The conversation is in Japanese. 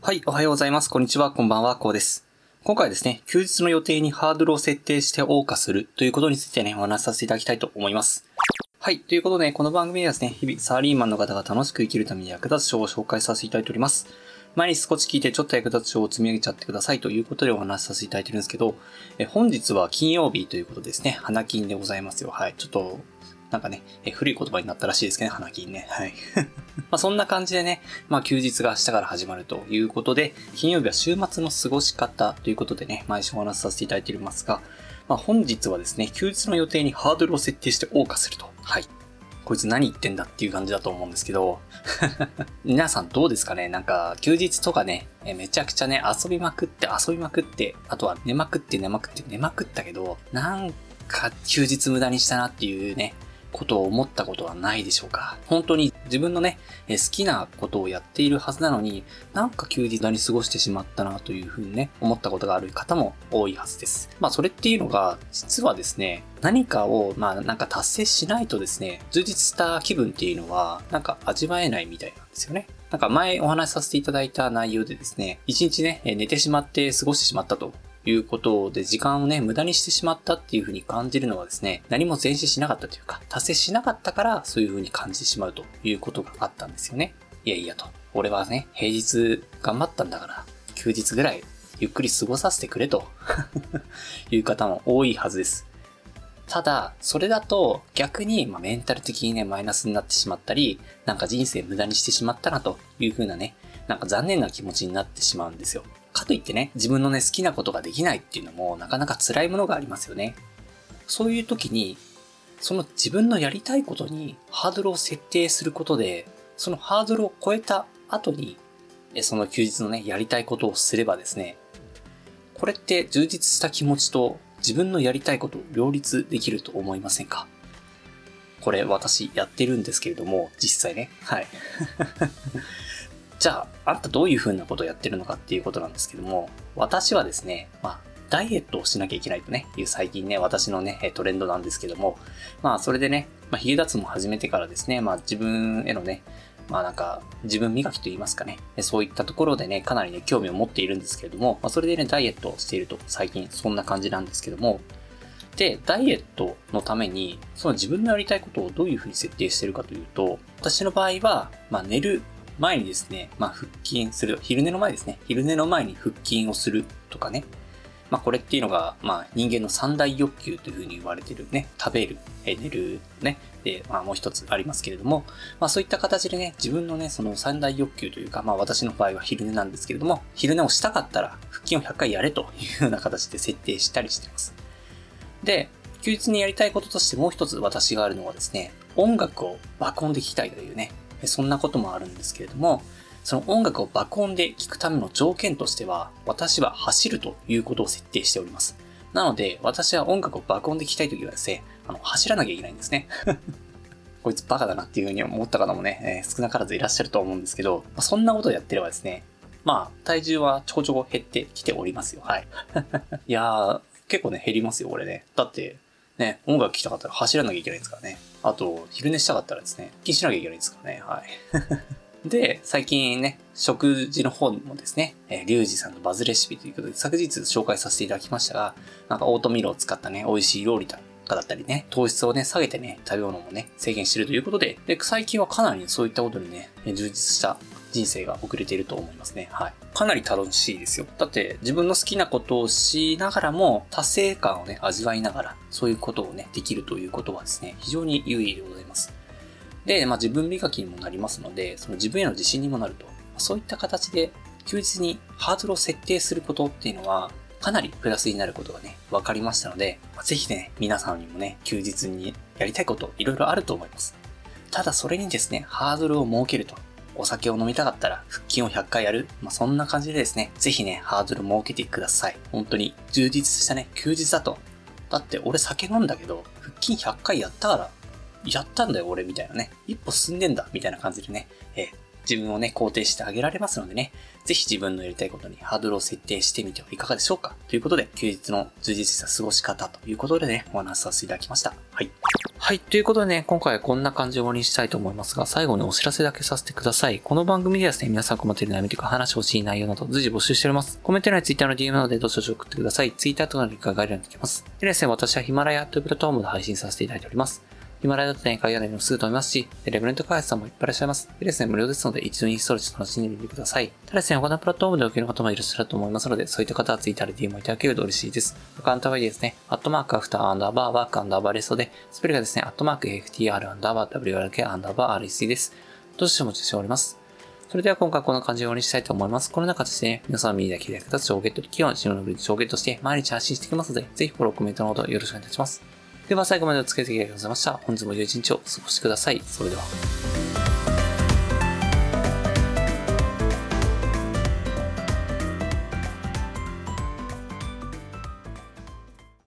はい、おはようございます。こんにちは、こんばんは、こうです。今回はですね、休日の予定にハードルを設定して謳歌するということについてね、お話しさせていただきたいと思います。はい、ということで、この番組ではですね、日々サラリーマンの方が楽しく生きるために役立つ書を紹介させていただいております。毎日少し聞いてちょっと役立つ書を積み上げちゃってくださいということでお話しさせていただいてるんですけど、本日は金曜日ということですね、花金でございますよ。はい、ちょっと、なんかね、古い言葉になったらしいですけどね、花金ね。はい。そんな感じでね、休日が明日から始まるということで、金曜日は週末の過ごし方ということでね、毎週お話しさせていただいていますが、本日はですね、休日の予定にハードルを設定して謳歌すると。はい。こいつ何言ってんだっていう感じだと思うんですけど、皆さんどうですかね？なんか、休日とかね、めちゃくちゃね、遊びまくって、あとは寝まくったけど、なんか休日無駄にしたなっていうね、ことを思ったことはないでしょうか？本当に自分のね、好きなことをやっているはずなのに、なんか休日に過ごしてしまったなというふうにね、思ったことがある方も多いはずです。それっていうのが、実はですね、何かを、なんか達成しないとですね、充実した気分っていうのは、なんか味わえないみたいなんですよね。なんか前お話しさせていただいた内容でですね、一日ね、寝てしまって過ごしてしまったということで時間をね、無駄にしてしまったっていう風に感じるのはですね、何も前進しなかったというか、達成しなかったからそういう風に感じてしまうということがあったんですよね。いやいやと。俺はね、平日頑張ったんだから、休日ぐらいゆっくり過ごさせてくれという方も多いはずです。ただ、それだと逆にメンタル的にね、マイナスになってしまったり、なんか人生無駄にしてしまったなという風なね、なんか残念な気持ちになってしまうんですよ。かといってね、自分のね、好きなことができないっていうのもなかなか辛いものがありますよね。そういう時に、その自分のやりたいことにハードルを設定することで、そのハードルを超えた後に、その休日のね、やりたいことをすればですね、これって充実した気持ちと自分のやりたいことを両立できると思いませんか？これ私やってるんですけれども、実際ね。はい。じゃあ、あんたどういう風なことをやってるのかっていうことなんですけども、私はですね、ダイエットをしなきゃいけないとね、いう最近ね、私のね、トレンドなんですけども、それでね、髭脱毛を始めてからですね、自分へのね、なんか、自分磨きと言いますかね、そういったところでね、かなりね、興味を持っているんですけれども、それでね、ダイエットをしていると、最近そんな感じなんですけども、で、ダイエットのために、その自分のやりたいことをどういう風に設定しているかというと、私の場合は、寝る前にですね、腹筋する、昼寝の前ですね。昼寝の前に腹筋をするとかね。これっていうのが、人間の三大欲求というふうに言われているね。食べる、寝る、ね。で、もう一つありますけれども、そういった形でね、自分のね、その三大欲求というか、私の場合は昼寝なんですけれども、昼寝をしたかったら腹筋を100回やれというような形で設定したりしています。で、休日にやりたいこととしてもう一つ私があるのはですね、音楽を爆音で聴きたいというね、そんなこともあるんですけれども、その音楽を爆音で聴くための条件としては、私は走るということを設定しております。なので、私は音楽を爆音で聴きたいときはですね、走らなきゃいけないんですね。こいつバカだなっていうふうに思った方もね、少なからずいらっしゃると思うんですけど、そんなことをやってればですね、体重はちょこちょこ減ってきておりますよ。はい。いやー、結構ね、減りますよ、これね。だって、ね、音楽聴きたかったら走らなきゃいけないんですからね。あと、昼寝したかったらですね、腹筋しなきゃいけないんですからね。はい。で、最近ね、食事の方もですね、リュウジさんのバズレシピということで、昨日紹介させていただきましたが、なんかオートミールを使ったね、美味しい料理とかだったりね、糖質をね、下げてね、食べ物もね、制限してるということで、最近はかなりそういったことにね、充実した人生が送れていると思いますね。はい。かなり楽しいですよ。だって自分の好きなことをしながらも達成感をね、味わいながらそういうことをね、できるということはですね、非常に有意義でございます。で、自分磨きにもなりますので、その自分への自信にもなると。そういった形で休日にハードルを設定することっていうのはかなりプラスになることがね、分かりましたので、ぜひね、皆さんにもね、休日にやりたいこといろいろあると思います。ただそれにですね、ハードルを設けると。お酒を飲みたかったら腹筋を100回やる。そんな感じでですね、ぜひね、ハードル設けてください。本当に充実したね、休日だと。だって俺酒飲んだけど、腹筋100回やったから、やったんだよ俺みたいなね、一歩進んでんだみたいな感じでね、自分をね、肯定してあげられますのでね、ぜひ自分のやりたいことにハードルを設定してみてはいかがでしょうかということで、休日の充実した過ごし方ということでね、お話しさせていただきました。はい。 はい。ということでね、今回はこんな感じで終わりにしたいと思いますが、最後にお知らせだけさせてください。この番組ではですね、皆さん困っている悩みとか話してほしい内容など随時募集しております。コメント欄や Twitter の DM などでどしどし送ってください。Twitter とかのリンクが概要欄にできます。でですね、私はヒマラヤというプラットフォームで配信させていただいております。ヒマラヤだとね、概要欄にもすぐ飛びますし、レベルント開発さんもいっぱいいらっしゃいます。でですね、無料ですので一度インストールして楽しんでみてください。ただですね、他のプラットフォームで受ける方もいらっしゃると思いますので、そういった方は Twitter で DM をいただけると嬉しいです。アカウントはですね、アフターワークレストで、スペルがですね、@FTR_WRK_REC です。どうしてもお待ちしております。それでは今回こんな感じで終わりにしたいと思います。この中ですね、皆さん耳で聞いて役立つ情報ゲットで企業の資料のブリッジをゲットして毎日発信していきますので、ぜひフォロー、コメントのほどよろしくお願いいたします。では最後までお付き合いありがとうございました。本日も良い一日をお過ごしください。それでは。